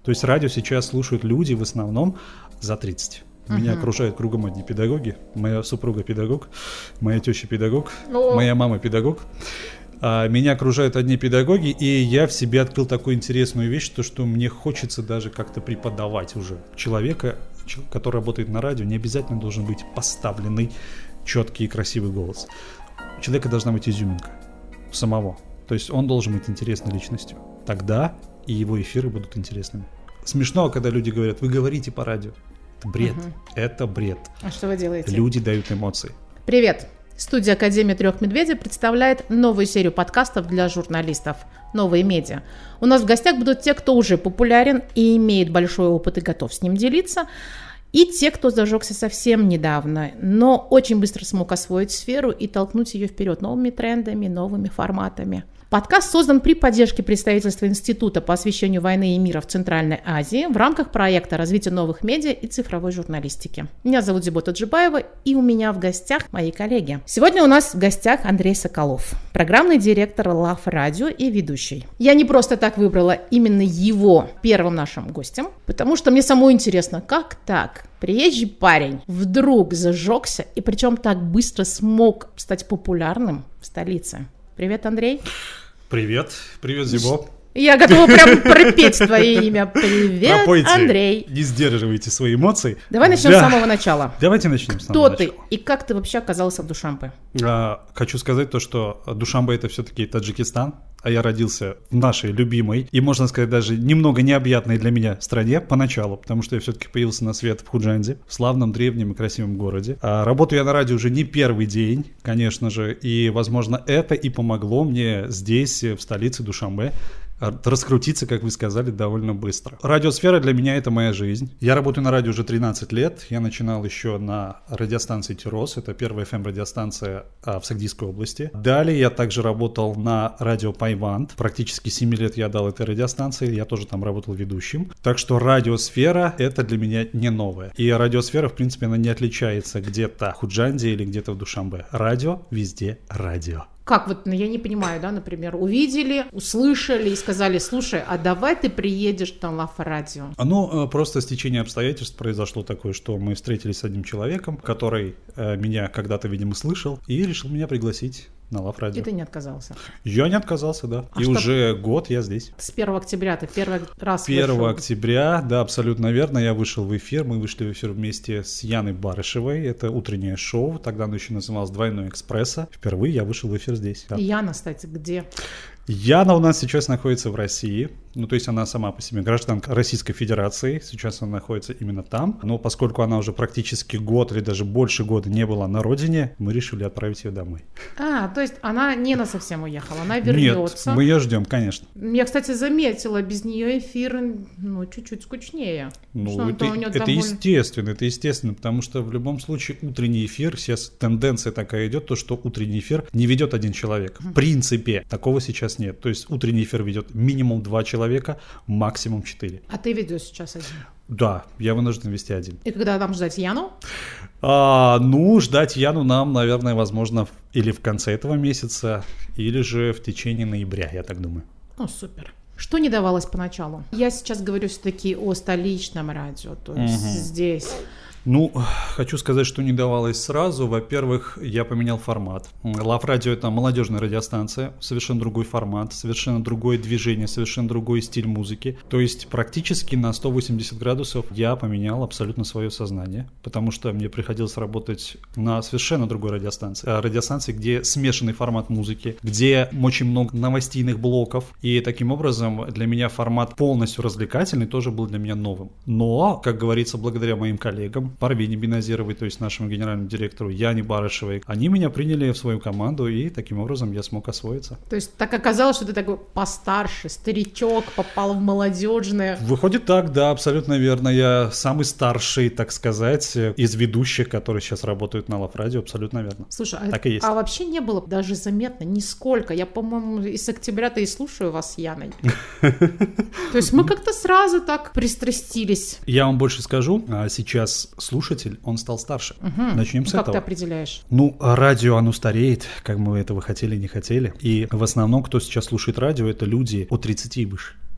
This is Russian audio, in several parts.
То есть радио сейчас слушают люди в основном за 30. Меня окружают кругом одни педагоги. Моя супруга педагог, моя теща педагог, моя мама педагог. Меня окружают одни педагоги, и я в себе открыл такую интересную вещь, то, что мне хочется даже как-то преподавать уже. Человека, который работает на радио, не обязательно должен быть поставленный, четкий и красивый голос. У человека должна быть изюминка самого. То есть он должен быть интересной личностью. Тогда и его эфиры будут интересными. Смешно, когда люди говорят: вы говорите по радио. Это бред. Это бред. А что вы делаете? Люди дают эмоции. Привет. Студия Академии Трех Медведей представляет новую серию подкастов для журналистов «Новые медиа». У нас в гостях будут те, кто уже популярен и имеет большой опыт и готов с ним делиться, и те, кто зажегся совсем недавно, но очень быстро смог освоить сферу и толкнуть ее вперед новыми трендами, новыми форматами. Подкаст создан при поддержке представительства Института по освещению войны и мира в Центральной Азии в рамках проекта развития новых медиа и цифровой журналистики. Меня зовут Зибота Джибаева, и у меня в гостях мои коллеги. Сегодня у нас в гостях Андрей Соколов, программный директор Love Radio и ведущий. Я не просто так выбрала именно его первым нашим гостем, потому что мне самой интересно, как так? Приезжий парень вдруг зажегся и причем так быстро смог стать популярным в столице. Привет, Андрей. Привет. Привет, Зибо. Я готова прям пропеть твое имя. Привет, Пропойте. Андрей. Не сдерживайте свои эмоции. Давай начнем с самого начала. Давайте начнем с самого начала. Кто ты и как ты вообще оказался в Душанбе? Хочу сказать то, что Душанбе — это все-таки Таджикистан, а я родился в нашей любимой и, можно сказать, даже немного необъятной для меня стране поначалу, потому что я все-таки появился на свет в Худжанде, в славном, древнем и красивом городе. Работаю я на радио уже не первый день, конечно же, и, возможно, это и помогло мне здесь, в столице Душанбе, раскрутиться, как вы сказали, довольно быстро. Радиосфера для меня — это моя жизнь. Я работаю на радио уже 13 лет. Я начинал еще на радиостанции Тирос. Это первая FM-радиостанция в Сагдийской области. Далее я также работал на радио Пайванд. Практически 7 лет я дал этой радиостанции. Я тоже там работал ведущим. Так что радиосфера — это для меня не новое. И радиосфера, в принципе, она не отличается где-то в Худжанде или где-то в Душанбе. Радио везде радио. Как вот, я не понимаю, да, например, увидели, услышали и сказали: слушай, а давай ты приедешь на Love Radio? Просто стечение обстоятельств произошло такое, что мы встретились с одним человеком, который меня когда-то, видимо, слышал и решил меня пригласить на Love Radio. И ты не отказался? Я не отказался, да. А и что? Уже год я здесь. С 1 октября ты первый раз 1 вышел. октября, да, абсолютно верно, я вышел в эфир. Мы вышли в эфир вместе с Яной Барышевой. Это утреннее шоу, тогда оно еще называлось «Двойной экспресса». Впервые я вышел в эфир здесь. Да. Яна, кстати, где? Яна у нас сейчас находится в России, то есть она сама по себе гражданка Российской Федерации, сейчас она находится именно там, но поскольку она уже практически год или даже больше года не была на родине, мы решили отправить ее домой. То есть она не насовсем уехала, она вернется. Нет, мы ее ждем, конечно. Я, кстати, заметила, без нее эфир, чуть-чуть скучнее. Это естественно, потому что в любом случае утренний эфир, сейчас тенденция такая идет, то что утренний эфир не ведет один человек. В принципе, такого сейчас нет. То есть утренний эфир ведет минимум 2 человека, максимум 4. А ты ведешь сейчас один? Да, я вынужден вести один. И когда нам ждать Яну? Ждать Яну нам, наверное, возможно, или в конце этого месяца, или же в течение ноября, я так думаю. Супер. Что не давалось поначалу? Я сейчас говорю все-таки о столичном радио, то есть здесь. Хочу сказать, что не давалось сразу. Во-первых, я поменял формат. Love Radio — это молодежная радиостанция, совершенно другой формат, совершенно другое движение, совершенно другой стиль музыки. То есть практически на 180 градусов я поменял абсолютно свое сознание, потому что мне приходилось работать на совершенно другой радиостанции, где смешанный формат музыки, где очень много новостейных блоков, и таким образом для меня формат полностью развлекательный тоже был для меня новым. Но, как говорится, благодаря моим коллегам, Парвине Беназировой, то есть нашему генеральному директору, Яне Барышевой, они меня приняли в свою команду, и таким образом я смог освоиться. То есть так оказалось, что ты такой постарше, старичок, попал в молодежное. Выходит так, да, абсолютно верно. Я самый старший, так сказать, из ведущих, которые сейчас работают на Love Radio, абсолютно верно. Слушай, так и есть. А вообще не было даже заметно нисколько. Я, по-моему, из октября-то и слушаю вас с Яной. То есть мы как-то сразу так пристрастились. Я вам больше скажу, сейчас слушатель, он стал старше. Начнем с этого. Как ты определяешь? Радио, оно стареет, как мы этого хотели, не хотели. И в основном, кто сейчас слушает радио, это люди от 30 и выше.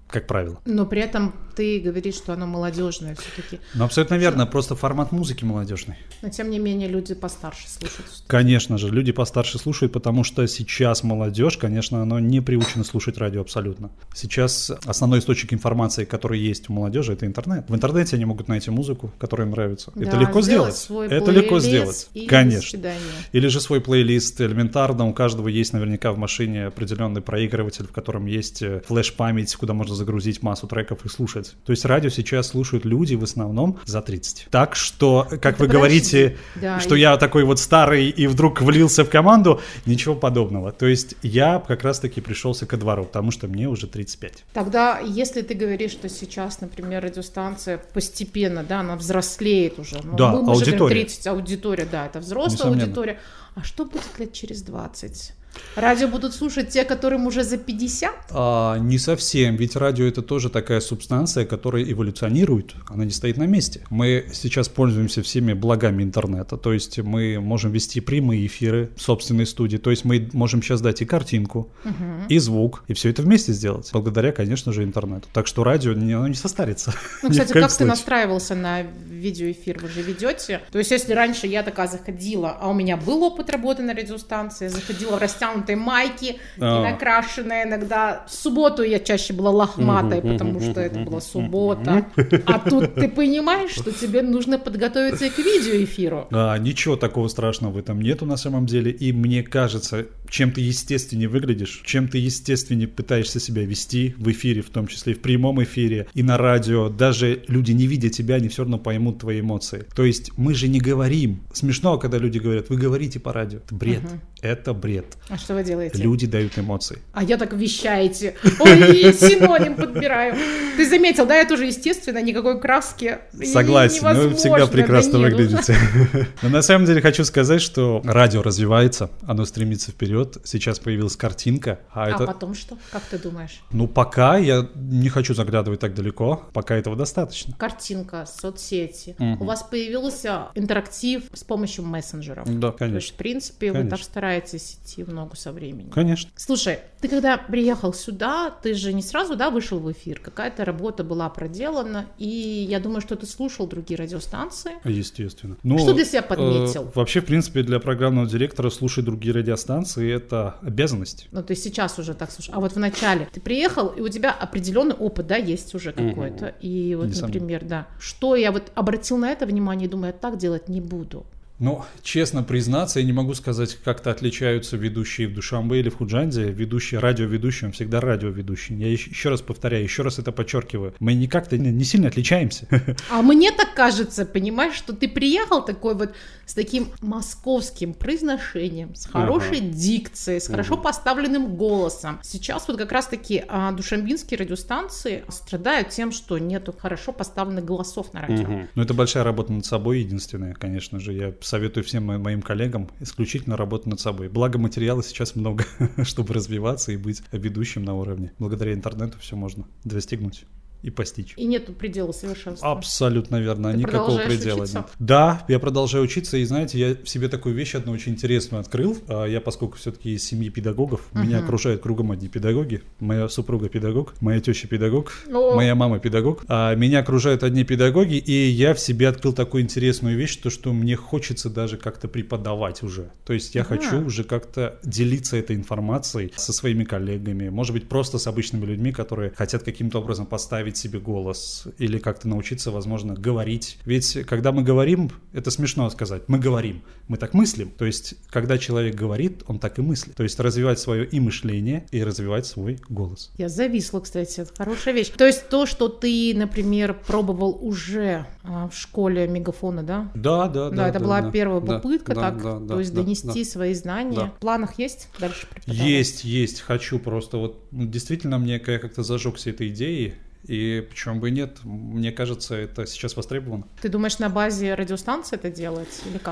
как правило. Но при этом ты говоришь, что оно молодежное все-таки. Ну, абсолютно верно, просто формат музыки молодежный. Но тем не менее люди постарше слушают. Конечно же, люди постарше слушают, потому что сейчас молодежь, конечно, она не приучена слушать радио абсолютно. Сейчас основной источник информации, который есть у молодежи, это интернет. В интернете они могут найти музыку, которая им нравится. Да, это легко сделать. Это легко сделать. Конечно. Или же свой плейлист элементарно. У каждого есть наверняка в машине определенный проигрыватель, в котором есть флеш-память, куда можно загрузить массу треков и слушать. То есть радио сейчас слушают люди в основном за 30. Так что, как это вы говорите, что я такой вот старый и вдруг влился в команду, ничего подобного. То есть я как раз-таки пришелся ко двору, потому что мне уже 35. Тогда, если ты говоришь, что сейчас, например, радиостанция постепенно, да, она взрослеет уже. Да, мы аудитория. Же говорим 30, аудитория, да, это взрослая аудитория. А что будет лет через 20? Радио будут слушать те, которым уже за 50? Не совсем, ведь радио это тоже такая субстанция, которая эволюционирует, она не стоит на месте. Мы сейчас пользуемся всеми благами интернета, то есть мы можем вести прямые эфиры в собственной студии, то есть мы можем сейчас дать и картинку, и звук, и все это вместе сделать, благодаря, конечно же, интернету. Так что радио, оно не состарится. Ну, кстати, как ты настраивался на видеоэфир, вы же ведете? То есть если раньше я такая заходила, а у меня был опыт работы на радиостанции, я заходила в растянутой майке, и накрашенная иногда. В субботу я чаще была лохматой, потому что это была суббота. А тут ты понимаешь, что тебе нужно подготовиться к видеоэфиру. Ничего такого страшного в этом нету на самом деле. И мне кажется, чем ты естественнее выглядишь, чем ты естественнее пытаешься себя вести в эфире, в том числе и в прямом эфире, и на радио, даже люди, не видя тебя, они все равно поймут твои эмоции. То есть мы же не говорим. Смешно, когда люди говорят, вы говорите по радио. Это бред. Это бред. А что вы делаете? Люди дают эмоции. А я так вещаете. Ой, синоним подбираю. Ты заметил, да, я тоже, естественно, никакой краски. Согласен, вы всегда прекрасно выглядите. Но на самом деле хочу сказать, что радио развивается, оно стремится вперед. Сейчас появилась картинка. А потом что? Как ты думаешь? Ну, пока я не хочу заглядывать так далеко, пока этого достаточно. Картинка, соцсети. У вас появился интерактив с помощью мессенджеров. Да, конечно. То есть, в принципе, вы так стараетесь идти в ногу со временем. Конечно. Слушай, ты когда приехал сюда, ты же не сразу, да, вышел в эфир? Какая-то работа была проделана, и я думаю, что ты слушал другие радиостанции. Естественно. Что для себя подметил? Вообще, в принципе, для программного директора слушать другие радиостанции — это обязанность. Ну, ты сейчас уже так слушаешь. А вот в начале ты приехал, и у тебя определенный опыт, да, есть уже какой-то. И вот, например, да, что я вот обратил на это внимание и думаю, я так делать не буду. Ну, честно признаться, я не могу сказать, как-то отличаются ведущие в Душанбе или в Худжанде. Ведущий, радиоведущий, он всегда радиоведущий. Я еще раз повторяю, еще раз это подчеркиваю. Мы как-то не сильно отличаемся. А мне так кажется, понимаешь, что ты приехал такой вот с таким московским произношением, с хорошей дикцией, с хорошо поставленным голосом. Сейчас вот как раз-таки душанбинские радиостанции страдают тем, что нету хорошо поставленных голосов на радио. Ну, это большая работа над собой, единственная, конечно же. Я советую всем моим коллегам исключительно работать над собой. Благо материала сейчас много, чтобы развиваться и быть ведущим на уровне. Благодаря интернету все можно достигнуть и постичь. И нету предела совершенства. Абсолютно верно. Ты никакого предела учиться? Нет. Да, я продолжаю учиться, и знаете, я в себе такую вещь одну очень интересную открыл. Я, поскольку все-таки из семьи педагогов, меня окружают кругом одни педагоги. Моя супруга педагог, моя теща педагог, моя мама педагог. Меня окружают одни педагоги, и я в себе открыл такую интересную вещь, то, что мне хочется даже как-то преподавать уже. То есть я хочу уже как-то делиться этой информацией со своими коллегами, может быть, просто с обычными людьми, которые хотят каким-то образом поставить себе голос или как-то научиться, возможно, говорить. Ведь когда мы говорим, это смешно сказать, мы говорим, мы так мыслим. То есть, когда человек говорит, он так и мыслит. То есть, развивать свое и мышление, и развивать свой голос. Я зависла, кстати, это хорошая вещь. То есть, то, что ты, например, пробовал уже в школе Мегафона, да? Да. Это была первая попытка, то есть донести свои знания. Да. В планах есть дальше преподавать? Есть. Хочу просто. Вот действительно, мне как-то зажегся этой идеей. И почему бы и нет, мне кажется, это сейчас востребовано. Ты думаешь, на базе радиостанции это делать или как?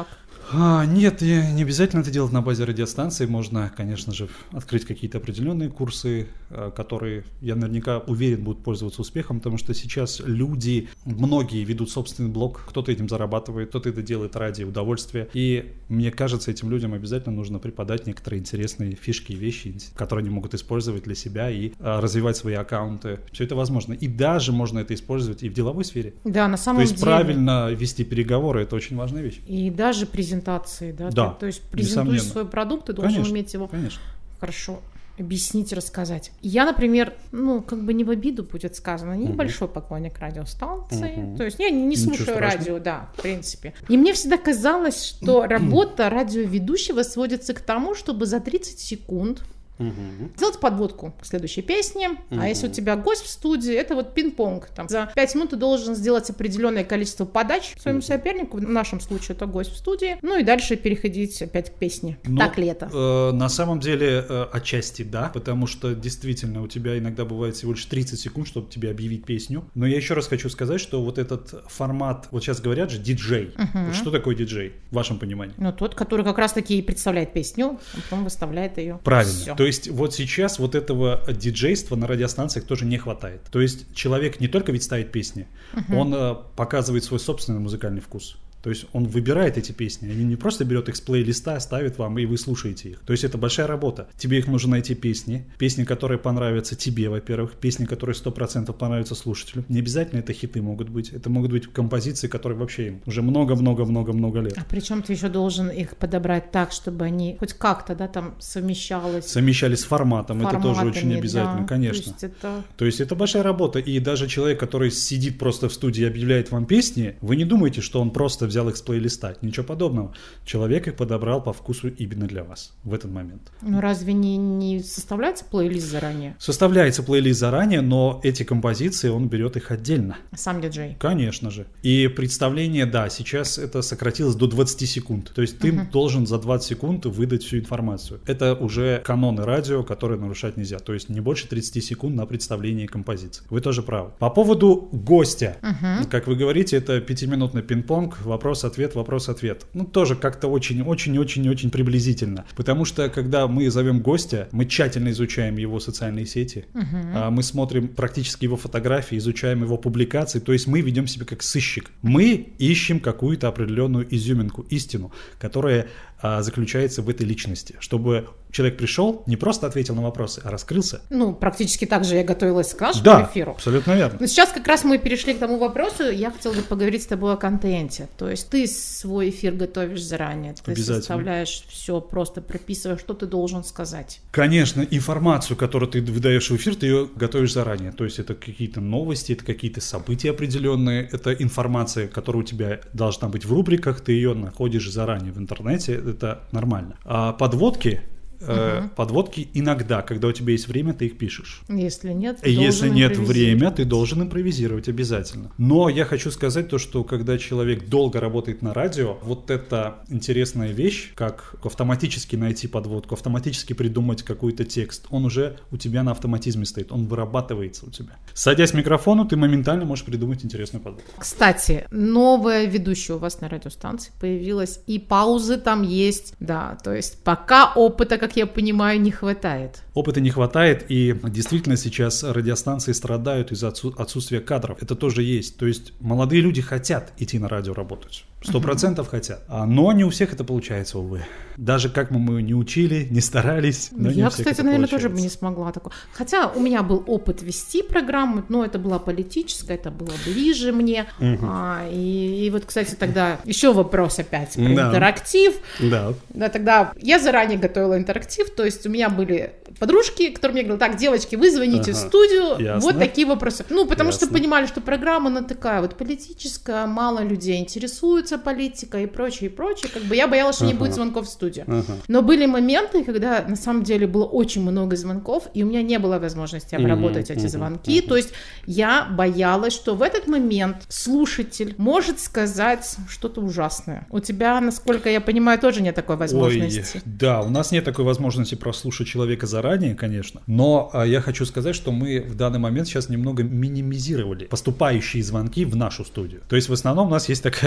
Нет, не обязательно это делать на базе радиостанции. Можно, конечно же, открыть какие-то определенные курсы, которые, я наверняка уверен, будут пользоваться успехом, потому что сейчас люди, многие ведут собственный блог, кто-то этим зарабатывает, кто-то это делает ради удовольствия. И мне кажется, этим людям обязательно нужно преподать некоторые интересные фишки и вещи, которые они могут использовать для себя и развивать свои аккаунты. Все это возможно. И даже можно это использовать и в деловой сфере. Да, на самом деле. То есть правильно вести переговоры — это очень важная вещь. И даже презентации, да? Да, то есть презентуешь несомненно. свой продукт, ты должен уметь его хорошо объяснить, рассказать. Я, например, как бы не в обиду будет сказано, небольшой поклонник радиостанции, то есть я не слушаю радио, да, в принципе. И мне всегда казалось, что работа радиоведущего сводится к тому, чтобы за 30 секунд сделать подводку к следующей песне, а если у тебя гость в студии, это вот пинг-понг. Там, за 5 минут ты должен сделать определенное количество подач своему сопернику, в нашем случае это гость в студии, и дальше переходить опять к песне. Так ли это? На самом деле, отчасти да, потому что действительно у тебя иногда бывает всего лишь 30 секунд, чтобы тебе объявить песню. Но я еще раз хочу сказать, что вот этот формат, вот сейчас говорят же диджей. Вот что такое диджей в вашем понимании? Тот, который как раз-таки представляет песню, а потом выставляет ее. Правильно. Всё. То есть вот сейчас вот этого диджейства на радиостанциях тоже не хватает. То есть человек не только ведь ставит песни, он показывает свой собственный музыкальный вкус. То есть он выбирает эти песни, они не просто берет их с плейлиста, ставит вам, и вы слушаете их. То есть это большая работа. Тебе их нужно найти песни, которые понравятся тебе, во-первых, песни, которые 100% понравятся слушателю. Не обязательно это хиты могут быть, это могут быть композиции, которые вообще им уже много-много-много-много лет. А причем ты еще должен их подобрать так, чтобы они хоть как-то, там совмещались с форматом, это тоже очень обязательно, да, конечно. То есть это большая работа, и даже человек, который сидит просто в студии и объявляет вам песни, вы не думаете, что он просто взял их с плейлиста. Ничего подобного. Человек их подобрал по вкусу именно для вас в этот момент. Разве не составляется плейлист заранее? Составляется плейлист заранее, но эти композиции он берет их отдельно. Сам диджей? Конечно же. И представление, да, сейчас это сократилось до 20 секунд. То есть ты должен за 20 секунд выдать всю информацию. Это уже каноны радио, которые нарушать нельзя. То есть не больше 30 секунд на представление композиции. Вы тоже правы. По поводу гостя. Как вы говорите, это 5-минутный пинг-понг, вопрос-ответ, вопрос-ответ. Тоже как-то очень-очень-очень-очень приблизительно. Потому что, когда мы зовем гостя, мы тщательно изучаем его социальные сети, мы смотрим практически его фотографии, изучаем его публикации, то есть мы ведем себя как сыщик. Мы ищем какую-то определенную изюминку, истину, которая заключается в этой личности, чтобы человек пришел, не просто ответил на вопросы, а раскрылся. Практически так же я готовилась к нашему эфиру. Абсолютно верно. Но сейчас как раз мы перешли к тому вопросу, я хотела бы поговорить с тобой о контенте. То есть ты свой эфир готовишь заранее, ты составляешь все, просто прописываешь, что ты должен сказать. Конечно, информацию, которую ты выдаешь в эфир, ты ее готовишь заранее. То есть это какие-то новости, это какие-то события определенные, это информация, которая у тебя должна быть в рубриках, ты ее находишь заранее в интернете, это нормально. А подводки иногда, когда у тебя есть время, ты их пишешь. Если нет времени, ты должен импровизировать обязательно. Но я хочу сказать то, что когда человек долго работает на радио, вот эта интересная вещь, как автоматически найти подводку, автоматически придумать какой-то текст, он уже у тебя на автоматизме стоит, он вырабатывается у тебя. Садясь к микрофону, ты моментально можешь придумать интересную подводку. Кстати, новая ведущая у вас на радиостанции появилась, и паузы там есть, да, то есть пока опыта, как я понимаю, не хватает. Опыта не хватает, и действительно сейчас радиостанции страдают из-за отсутствия кадров. Это тоже есть. То есть молодые люди хотят идти на радио работать. 100% хотят. Но не у всех это получается, увы. Даже как мы не учили, не старались, но не у всех кстати, это наверное, получается. тоже бы не смогла такого. Хотя у меня был опыт вести программу, но это была политическая, это было ближе мне. И вот, кстати, тогда еще вопрос опять про интерактив. Да. Тогда я заранее готовила интерактив, то есть у меня были подружки, которые мне говорили: так, девочки, вы звоните в студию, Ясно. вот такие вопросы. Потому Ясно. что понимали, что программа, она такая вот политическая, мало людей интересуются политикой и прочее, и прочее. Как бы я боялась, что не будет звонков в студию. Но были моменты, когда на самом деле было очень много звонков, и у меня не было возможности обработать эти звонки. То есть я боялась, что в этот момент слушатель может сказать что-то ужасное. У тебя, насколько я понимаю, тоже нет такой возможности. Да, у нас нет такой возможности прослушать человека заранее, конечно. Но я хочу сказать, что мы в данный момент сейчас немного минимизировали поступающие звонки в нашу студию. То есть в основном у нас есть такая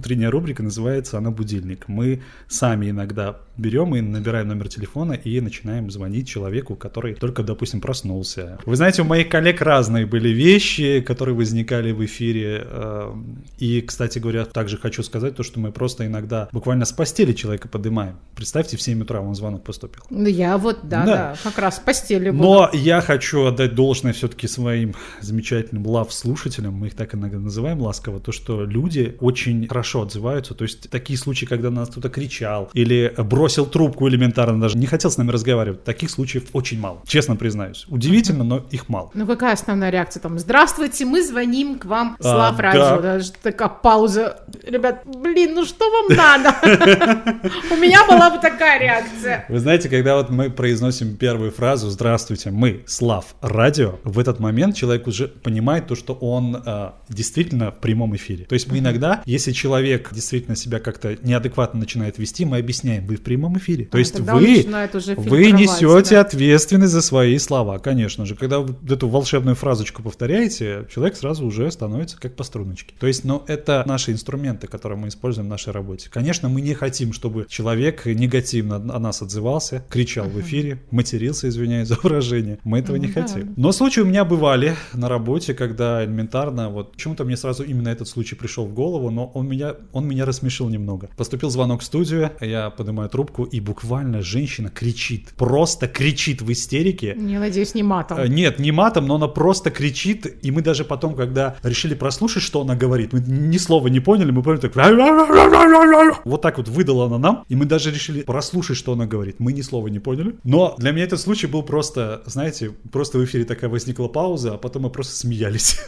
утренняя рубрика, называется она «Будильник». Мы сами иногда берем и набираем номер телефона и начинаем звонить человеку, который только, допустим, проснулся. Вы знаете, у моих коллег разные были вещи, которые возникали в эфире. И, кстати говоря, также хочу сказать то, что мы просто иногда буквально с постели человека поднимаем. Представьте, в 7 утра он звонок поступил. Я вот, да, как раз в постели буду. Но я хочу отдать должное все-таки своим замечательным лав-слушателям, мы их так иногда называем ласково, то, что люди очень хорошо отзываются. То есть такие случаи, когда на нас кто-то кричал или бросил трубку элементарно, даже не хотел с нами разговаривать, таких случаев очень мало, честно признаюсь. Удивительно, но их мало. Ну какая основная реакция там? Здравствуйте, мы звоним к вам с Лав-радио. Даже такая пауза. Ребят, блин, ну что вам надо? У меня была бы такая реакция. Вы знаете, когда вот мы произносим первую фразу «Здравствуйте, мы с Лав-радио», в этот момент человек уже понимает то, что он действительно в прямом эфире. То есть мы иногда, если человек действительно себя как-то неадекватно начинает вести, мы объясняем, вы в прямом эфире. То есть вы несете ответственность за свои слова, конечно же. Когда вы эту волшебную фразочку повторяете, человек сразу уже становится как по струночке. То есть, это наши инструменты, которые мы используем в нашей работе. Конечно, мы не хотим, чтобы человек негативно о нас отзывался, кричал в эфире, матерился, извиняюсь за выражение. Мы этого не хотим. Но случаи у меня бывали на работе, когда элементарно, вот почему-то мне сразу именно этот случай пришел в голову, но он меня рассмешил немного. Поступил звонок в студию, я поднимаю трубку, и буквально женщина кричит, просто кричит в истерике. Я надеюсь, не матом. Нет, не матом, но она просто кричит, и мы даже потом, когда решили прослушать, что она говорит, мы ни слова не поняли, мы поняли так, вот так вот выдала она нам, и мы даже решили прослушать, что она говорит, мы ни слова не поняли. Но для меня этот случай был просто, знаете, просто в эфире такая возникла пауза, а потом мы просто смеялись.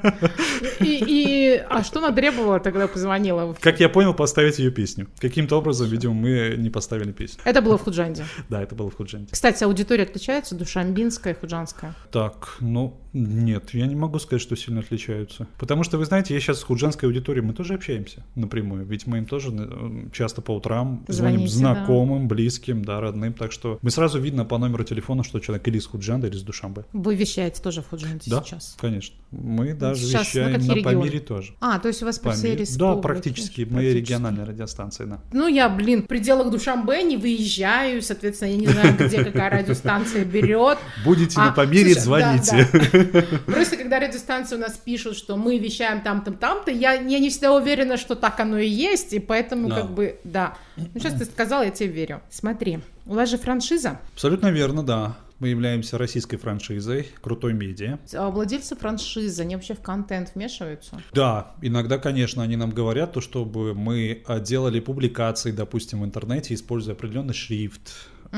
А что она требовала, тогда позвонила? Как я понял, поставить ее песню. Каким-то образом, видимо, мы не поставили песню. Это было в Худжанде? Да, это было в Худжанде. Кстати, аудитория отличается? Душанбинская, худжанская? Так, нет, я не могу сказать, что сильно отличаются. Потому что, вы знаете, я сейчас с худжанской аудиторией, мы тоже общаемся напрямую. Ведь мы им тоже часто по утрам звоним знакомым, близким, родным. Так что мы сразу видно по номеру телефона, что человек или из Худжанда, или из Душанбе. Вы вещаете тоже в Худжанде сейчас? Да, конечно. Мы даже вещаем на Памире тоже. То есть у вас по всей республике? Да, практически. Мы региональная радиостанция, да. Я, в пределах Душанбе не выезжаю, соответственно, я не знаю, где какая радиостанция берет. Будете на Памире, звоните. Просто когда радиостанции у нас пишут, что мы вещаем там-то, там-то, я не всегда уверена, что так оно и есть, и поэтому сейчас ты сказал, я тебе верю. Смотри, у вас же франшиза? Абсолютно верно, да. Мы являемся российской франшизой «Крутой медиа». А владельцы франшизы, они вообще в контент вмешиваются? Да, иногда, конечно, они нам говорят, чтобы мы делали публикации, допустим, в интернете, используя определенный шрифт.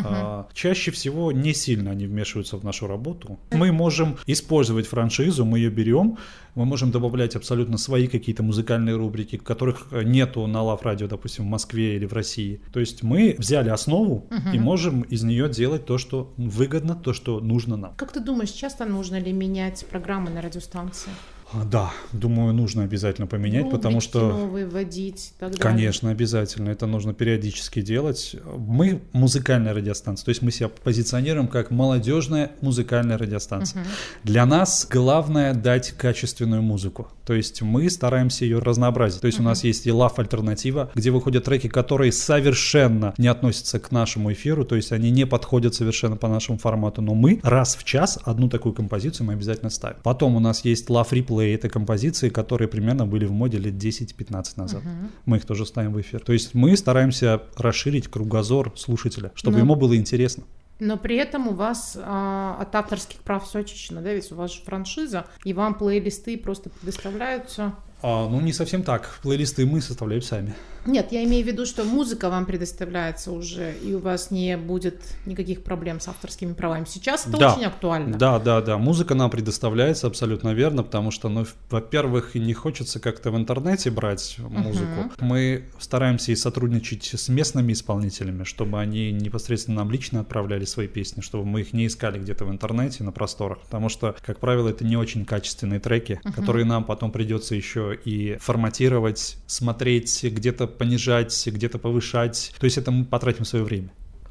Чаще всего не сильно они вмешиваются в нашу работу. Мы можем использовать франшизу, мы ее берем, мы можем добавлять абсолютно свои какие-то музыкальные рубрики, которых нету на Лав-радио, допустим, в Москве или в России. То есть мы взяли основу и можем из нее делать то, что выгодно, то, что нужно нам. Как ты думаешь, часто нужно ли менять программы на радиостанции? Да, думаю, нужно обязательно поменять, потому что... новые вводить и так далее. Конечно, обязательно. Это нужно периодически делать. Мы музыкальная радиостанция, то есть мы себя позиционируем как молодежная музыкальная радиостанция. Для нас главное дать качественную музыку. То есть мы стараемся ее разнообразить. То есть у нас есть и лав-альтернатива, где выходят треки, которые совершенно не относятся к нашему эфиру, то есть они не подходят совершенно по нашему формату, но мы раз в час одну такую композицию мы обязательно ставим. Потом у нас есть лав-реплей. Это композиции, которые примерно были в моде лет 10-15 назад. Мы их тоже ставим в эфир. То есть мы стараемся расширить кругозор слушателя, чтобы ему было интересно. Но при этом у вас от авторских прав все очищено, да? Ведь у вас же франшиза, и вам плейлисты просто предоставляются... не совсем так. Плейлисты мы составляем сами. Нет, я имею в виду, что музыка вам предоставляется уже, и у вас не будет никаких проблем с авторскими правами. Сейчас это очень актуально. Да. Музыка нам предоставляется, абсолютно верно, потому что, во-первых, не хочется как-то в интернете брать музыку. Мы стараемся и сотрудничать с местными исполнителями, чтобы они непосредственно нам лично отправляли свои песни, чтобы мы их не искали где-то в интернете, на просторах, потому что, как правило, это не очень качественные треки, которые нам потом придется еще и форматировать, смотреть, где-то понижать, где-то повышать. То есть это мы потратим свое время.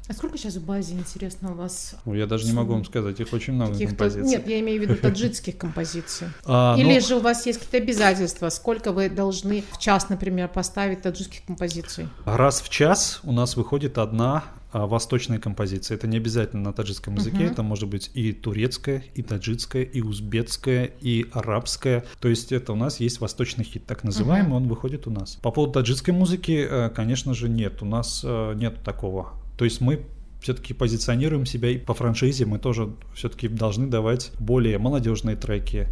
А сколько сейчас в базе, интересно, у вас? Я даже не могу вам сказать, их очень много композиций. Нет, я имею в виду таджикских композиций. Или же у вас есть какие-то обязательства? Сколько вы должны в час, например, поставить таджикских композиций? Раз в час у нас выходит одна восточная композиция. Это не обязательно на таджикском языке, это может быть и турецкая, и таджикская, и узбекская, и арабская. То есть это у нас есть восточный хит, так называемый, он выходит у нас. По поводу таджикской музыки, конечно же, нет, у нас нет такого. То есть мы все-таки позиционируем себя и по франшизе, мы тоже все-таки должны давать более молодежные треки,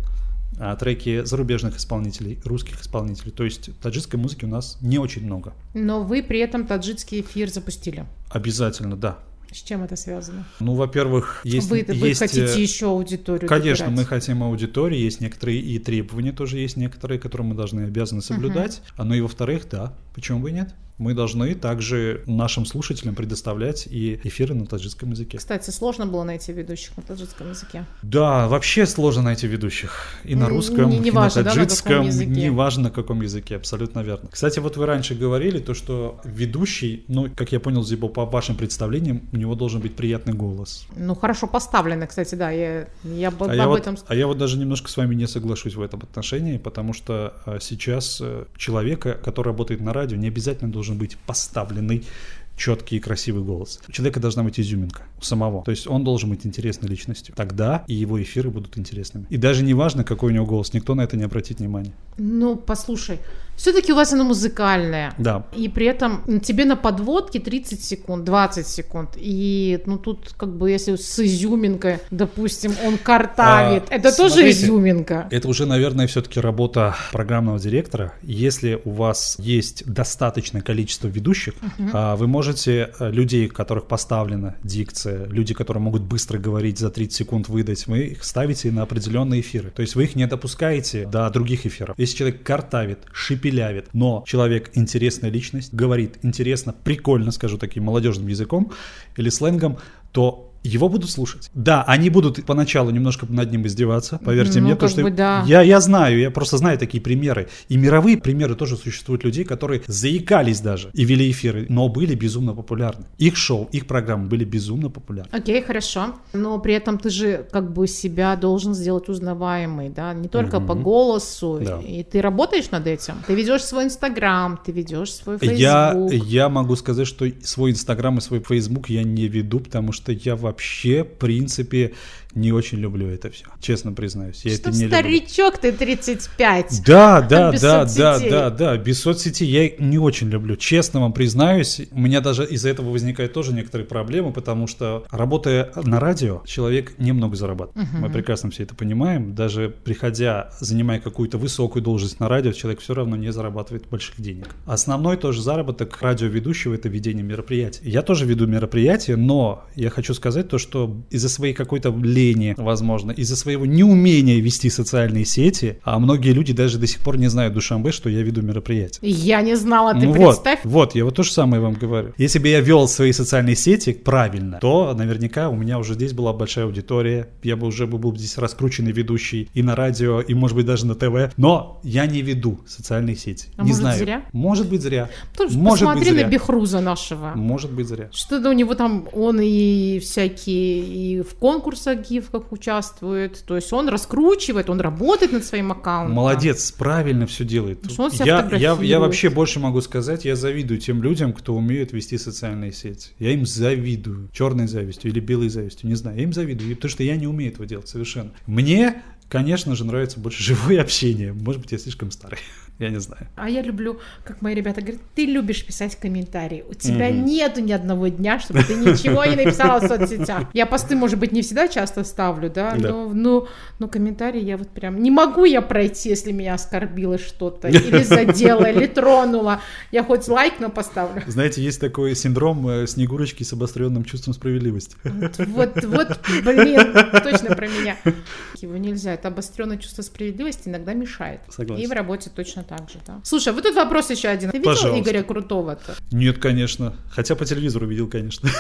треки зарубежных исполнителей, русских исполнителей. То есть таджикской музыки у нас не очень много. Но вы при этом таджикский эфир запустили? Обязательно, да. С чем это связано? Ну, во-первых, Вы хотите еще аудиторию? Конечно, добирать. мы хотим аудитории, есть некоторые и требования тоже есть некоторые, которые мы должны обязаны соблюдать. Ну и во-вторых, да, почему бы и нет? Мы должны также нашим слушателям предоставлять и эфиры на таджикском языке. Кстати, сложно было найти ведущих на таджикском языке? Да, вообще сложно найти ведущих. И на русском, и на таджикском, неважно на каком языке, абсолютно верно. Кстати, вот вы раньше говорили то, что ведущий, ну, как я понял, Зибо, по вашим представлениям, у него должен быть приятный голос. Ну, хорошо поставленный, кстати, да, я об этом... А я вот даже немножко с вами не соглашусь в этом отношении, потому что сейчас человека, который работает на радио, не обязательно должен быть поставленный, четкий и красивый голос. У человека должна быть изюминка у самого. То есть он должен быть интересной личностью. Тогда и его эфиры будут интересными. И даже не важно, какой у него голос, никто на это не обратит внимания. Ну, послушай, все-таки у вас оно музыкальное. Да. И при этом тебе на подводке 30 секунд, 20 секунд. И, ну, тут как бы если с изюминкой, допустим, он картавит, это тоже изюминка. Это уже, наверное, все-таки работа программного директора. Если у вас есть достаточное количество ведущих, вы можете людей, у которых поставлена дикция, люди, которые могут быстро говорить, за 30 секунд выдать, вы их ставите на определенные эфиры. То есть вы их не допускаете до других эфиров. Если человек картавит, шепелявит, но человек интересная личность, говорит интересно, прикольно, скажу таким молодежным языком или сленгом, то его будут слушать. Да, они будут поначалу немножко над ним издеваться, поверьте мне, потому что да. я знаю, я просто знаю такие примеры. И мировые примеры тоже существуют людей, которые заикались даже и вели эфиры, но были безумно популярны. Их шоу, их программы были безумно популярны. Окей, хорошо. Но при этом ты же как бы себя должен сделать узнаваемой, да, не только по голосу. Да. И ты работаешь над этим. Ты ведешь свой Инстаграм, ты ведешь свой Фейсбук. Я могу сказать, что свой Инстаграм и свой Фейсбук я не веду, потому что я вообще, в принципе, не очень люблю это все, честно признаюсь. Я что это не старичок люблю. Ты 35. Да, без соцсетей я не очень люблю. Честно вам признаюсь, у меня даже из-за этого возникают тоже некоторые проблемы, потому что, работая на радио, человек немного зарабатывает. Мы прекрасно все это понимаем. Даже приходя, занимая какую-то высокую должность на радио, человек все равно не зарабатывает больших денег. Основной тоже заработок радиоведущего — это ведение мероприятий. Я тоже веду мероприятия, но я хочу сказать то, что из-за своей какой-то лени, возможно, из-за своего неумения вести социальные сети, а многие люди даже до сих пор не знают Душанбе, что я веду мероприятия. Я не знала, ты представь. Вот, я вот то же самое вам говорю. Если бы я вел свои социальные сети правильно, то наверняка у меня уже здесь была большая аудитория, я бы уже был здесь раскрученный ведущий и на радио, и, может быть, даже на ТВ, но я не веду социальные сети. А не может, знаю. Зря? Может быть, зря. Посмотри на Бехруза нашего. Может быть, зря. Что-то у него там, он и всякие, и в конкурсах гифках участвует, то есть он раскручивает, он работает над своим аккаунтом. Молодец, правильно все делает. Он себя я вообще больше могу сказать, я завидую тем людям, кто умеет вести социальные сети. Я им завидую, черной завистью или белой завистью, не знаю, я им завидую, потому что я не умею этого делать совершенно. Мне, конечно же, нравится больше живое общение, может быть, я слишком старый. Я не знаю. А я люблю, как мои ребята говорят, ты любишь писать комментарии. У тебя нету ни одного дня, чтобы ты ничего не написала в соцсетях. Я посты, может быть, не всегда часто ставлю, да? Но комментарии я вот прям... Не могу я пройти, если меня оскорбило что-то, или задело, или тронуло. Я хоть лайк, но поставлю. Знаете, есть такой синдром Снегурочки с обостренным чувством справедливости. Вот, блин, точно про меня. Его нельзя. Это обостренное чувство справедливости иногда мешает. Согласен. И в работе точно так же, да. Слушай, вот тут вопрос еще один. Ты видел Пожалуйста. Игоря Крутого-то? Нет, конечно. Хотя по телевизору видел, конечно.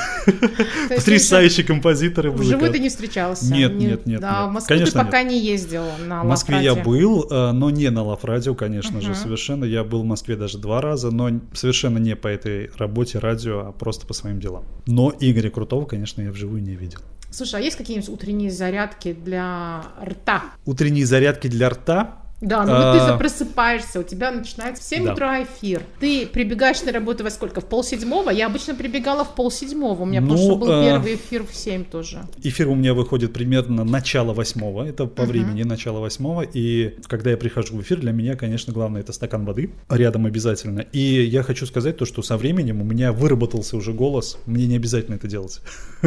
Потрясающий композитор и музыкант. Вживую ты не встречался? Нет. Да, в Москву ты пока не ездил на Лав-радио. В Москве я был, но не на Лав-радио, конечно же, совершенно. Я был в Москве даже 2 раза, но совершенно не по этой работе радио, а просто по своим делам. Но Игоря Крутого, конечно, я вживую не видел. Слушай, а есть какие-нибудь утренние зарядки для рта? Утренние зарядки для рта? Да, ну вот ты просыпаешься, у тебя начинается в 7 утра эфир. Ты прибегаешь на работу во сколько? В 6:30? Я обычно прибегала в 6:30. У меня потому что был первый эфир в 7 тоже. Эфир у меня выходит примерно начало 8. Это по времени начало 8. И когда я прихожу в эфир, для меня, конечно, главное это стакан воды рядом обязательно. И я хочу сказать то, что со временем у меня выработался уже голос. Мне не обязательно это делать.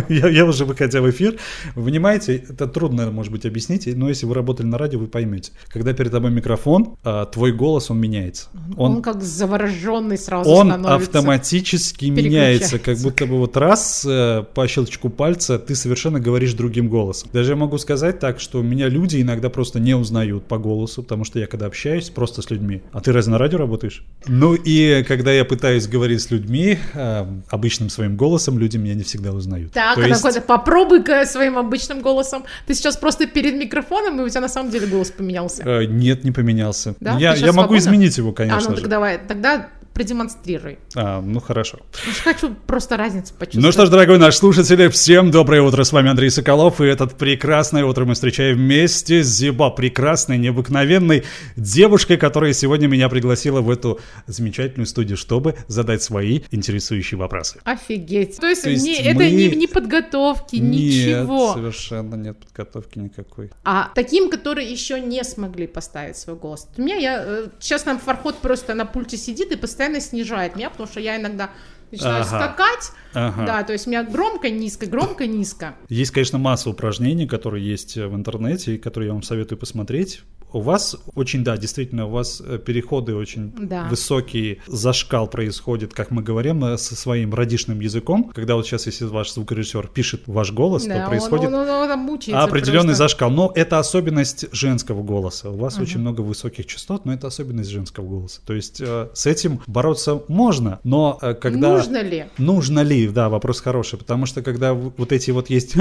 Я уже выходя в эфир, вы понимаете, это трудно, может быть, объяснить, но если вы работали на радио, вы поймете. Когда перед тобой микрофон, твой голос, он меняется. Он как завороженный сразу становится. Он автоматически меняется, как будто бы вот раз по щелчку пальца ты совершенно говоришь другим голосом. Даже я могу сказать так, что меня люди иногда просто не узнают по голосу, потому что я когда общаюсь просто с людьми. А ты разве на радио работаешь? Ну и когда я пытаюсь говорить с людьми обычным своим голосом, люди меня не всегда узнают. Так, попробуй-ка своим обычным голосом. Ты сейчас просто перед микрофоном, и у тебя на самом деле голос поменялся. Нет, не поменялся. Да? Я могу изменить его, конечно ну так давай, тогда продемонстрируй. Ну хорошо. Я хочу просто разницу почувствовать. Ну что ж, дорогой наш слушатель, всем доброе утро, с вами Андрей Соколов, и этот прекрасное утро мы встречаем вместе с Зиба, прекрасной, необыкновенной девушкой, которая сегодня меня пригласила в эту замечательную студию, чтобы задать свои интересующие вопросы. Офигеть. То есть это не подготовки, ничего. Нет, совершенно нет подготовки никакой. А таким, которые еще не смогли поставить свой голос. У меня сейчас нам Фарход просто на пульте сидит и постоянно снижает меня, потому что я иногда начинаю скакать, да, то есть у меня громко-низко. Есть, конечно, масса упражнений, которые есть в интернете, и которые я вам советую посмотреть. У вас очень, да, действительно, у вас переходы очень высокие, зашкал происходит, как мы говорим, со своим радишным языком. Когда вот сейчас, если ваш звукорежиссер пишет ваш голос, то происходит определенный зашкал. Но это особенность женского голоса. У вас очень много высоких частот, но это особенность женского голоса. То есть с этим бороться можно, но когда... Нужно ли? Нужно ли, да, вопрос хороший, потому что когда вот эти вот есть...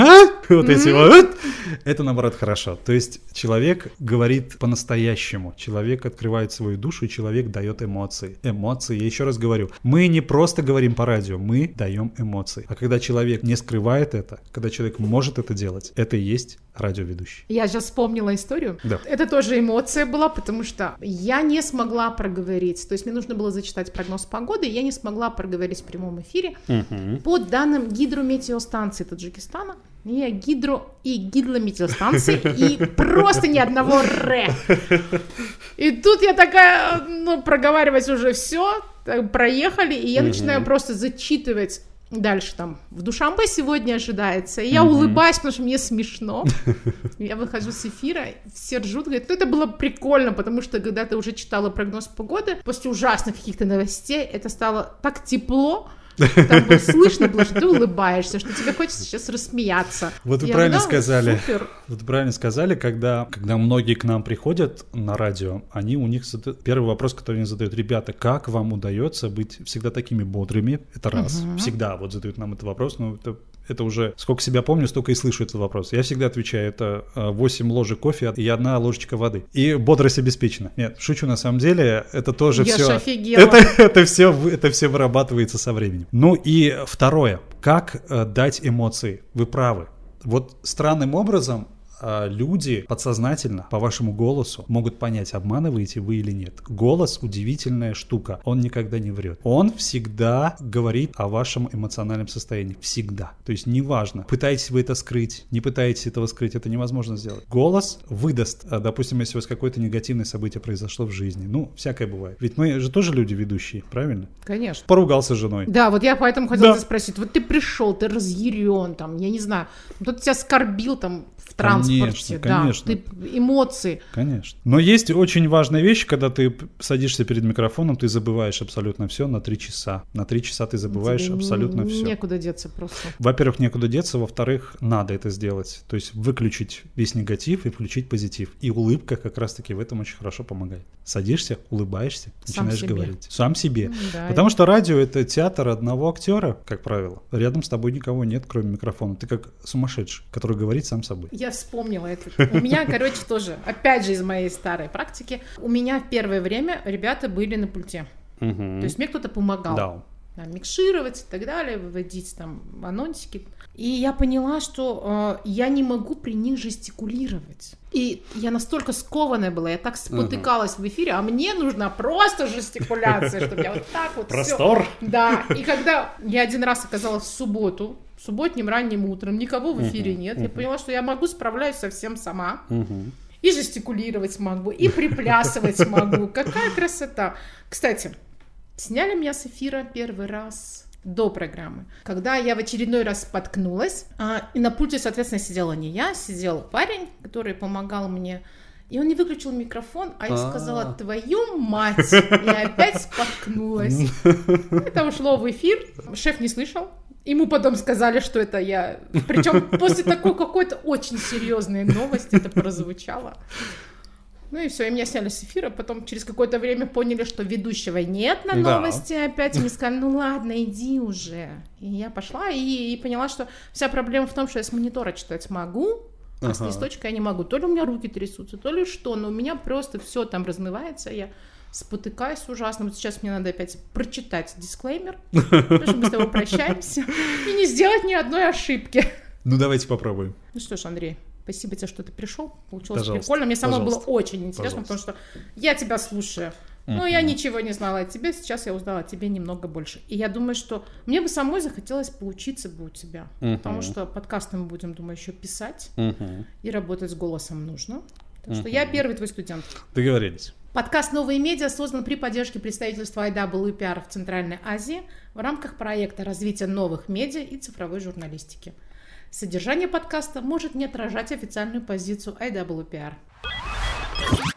это наоборот хорошо. То есть человек говорит по-настоящему. Человек открывает свою душу, и человек дает эмоции. Эмоции, я еще раз говорю, мы не просто говорим по радио, мы даем эмоции. А когда человек не скрывает это, когда человек может это делать, это и есть радиоведущий. Я сейчас вспомнила историю. Да. Это тоже эмоция была, потому что я не смогла проговорить. То есть мне нужно было зачитать прогноз погоды, и я не смогла проговорить в прямом эфире. По данным гидрометеостанции Таджикистана, гидрометеостанции, и просто ни одного «р». И тут я такая, проговаривать уже все, проехали, и я начинаю просто зачитывать. Дальше там в Душанбе сегодня ожидается. И я улыбаюсь, потому что мне смешно. Я выхожу с эфира, все ржут, говорят, это было прикольно, потому что когда ты уже читала прогноз погоды, после ужасных каких-то новостей, это стало так тепло. Там было слышно было, что ты улыбаешься, что тебе хочется сейчас рассмеяться. Вот вы правильно сказали. Супер. Вот правильно сказали, когда многие к нам приходят на радио, у них первый вопрос, который они задают: ребята, как вам удается быть всегда такими бодрыми? Это раз. Всегда вот задают нам этот вопрос, но это уже сколько себя помню, столько и слышу этот вопрос. Я всегда отвечаю, это 8 ложек кофе и 1 ложечка воды. И бодрость обеспечена. Нет, шучу, на самом деле, это тоже все... Я ж офигела. Это все вырабатывается со временем. Ну и второе. Как дать эмоции? Вы правы. Вот странным образом люди подсознательно по вашему голосу могут понять, обманываете вы или нет. Голос — удивительная штука. Он никогда не врет. Он всегда говорит о вашем эмоциональном состоянии. Всегда. То есть неважно, пытаетесь вы это скрыть, не пытаетесь этого скрыть, это невозможно сделать. Голос выдаст, допустим, если у вас какое-то негативное событие произошло в жизни. Всякое бывает. Ведь мы же тоже люди ведущие, правильно? Конечно. Поругался с женой. Да, вот я поэтому хотела спросить. Вот ты пришел, ты разъярен, там, я не знаю, кто-то тебя оскорбил там в транспорте. транспорте. Конечно. Ты эмоции. Конечно. Но есть очень важная вещь, когда ты садишься перед микрофоном, ты забываешь абсолютно все на 3 часа. На 3 часа ты забываешь абсолютно все. Некуда деться просто. Во-первых, некуда деться, во-вторых, надо это сделать. То есть выключить весь негатив и включить позитив. И улыбка как раз-таки в этом очень хорошо помогает. Садишься, улыбаешься, начинаешь говорить. Сам себе. Да, Потому что радио — это театр одного актера, как правило. Рядом с тобой никого нет, кроме микрофона. Ты как сумасшедший, который говорит сам собой. Я вспомнила это. У меня, короче, тоже, опять же, из моей старой практики, у меня в первое время ребята были на пульте. То есть мне кто-то помогал. Да. Микшировать и так далее, выводить там анонсики. И я поняла, что я не могу при них жестикулировать. И я настолько скованная была, я так спотыкалась в эфире, а мне нужна просто жестикуляция, чтобы я вот так вот Простор. всё. Да, и когда я один раз оказалась в субботу, субботним ранним утром, никого в эфире нет, я поняла, что я справляюсь совсем сама. И жестикулировать могу, и приплясывать могу. Какая красота! Кстати, сняли меня с эфира первый раз до программы, когда я в очередной раз споткнулась, и на пульте, соответственно, сидела не я, сидел парень, который помогал мне, и он не выключил микрофон, а я сказала: твою мать, и опять споткнулась. Это ушло в эфир, шеф не слышал. Ему потом сказали, что это я. Причем после такой какой-то очень серьезной новости это прозвучало. Ну и все, и меня сняли с эфира, потом через какое-то время поняли, что ведущего нет на новости, опять мне сказали: ну ладно, иди уже. И я пошла и поняла, что вся проблема в том, что я с монитора читать могу, а с листочка я не могу. То ли у меня руки трясутся, то ли что, но у меня просто все там размывается, я спотыкаюсь ужасно. Вот сейчас мне надо опять прочитать дисклеймер, потому что мы с тобой прощаемся, и не сделать ни одной ошибки. Ну давайте попробуем. Ну что ж, Андрей, спасибо тебе, что ты пришел. Получилось прикольно. Мне самой было очень интересно, потому что я тебя слушаю. Но я ничего не знала о тебе. Сейчас я узнала о тебе немного больше. И я думаю, что мне бы самой захотелось поучиться бы у тебя. Потому что подкасты мы будем, думаю, еще писать. И работать с голосом нужно. Так что я первый твой студент. Договорились. Подкаст «Новые медиа» создан при поддержке представительства IWPR в Центральной Азии в рамках проекта развития новых медиа и цифровой журналистики. Содержание подкаста может не отражать официальную позицию IWPR.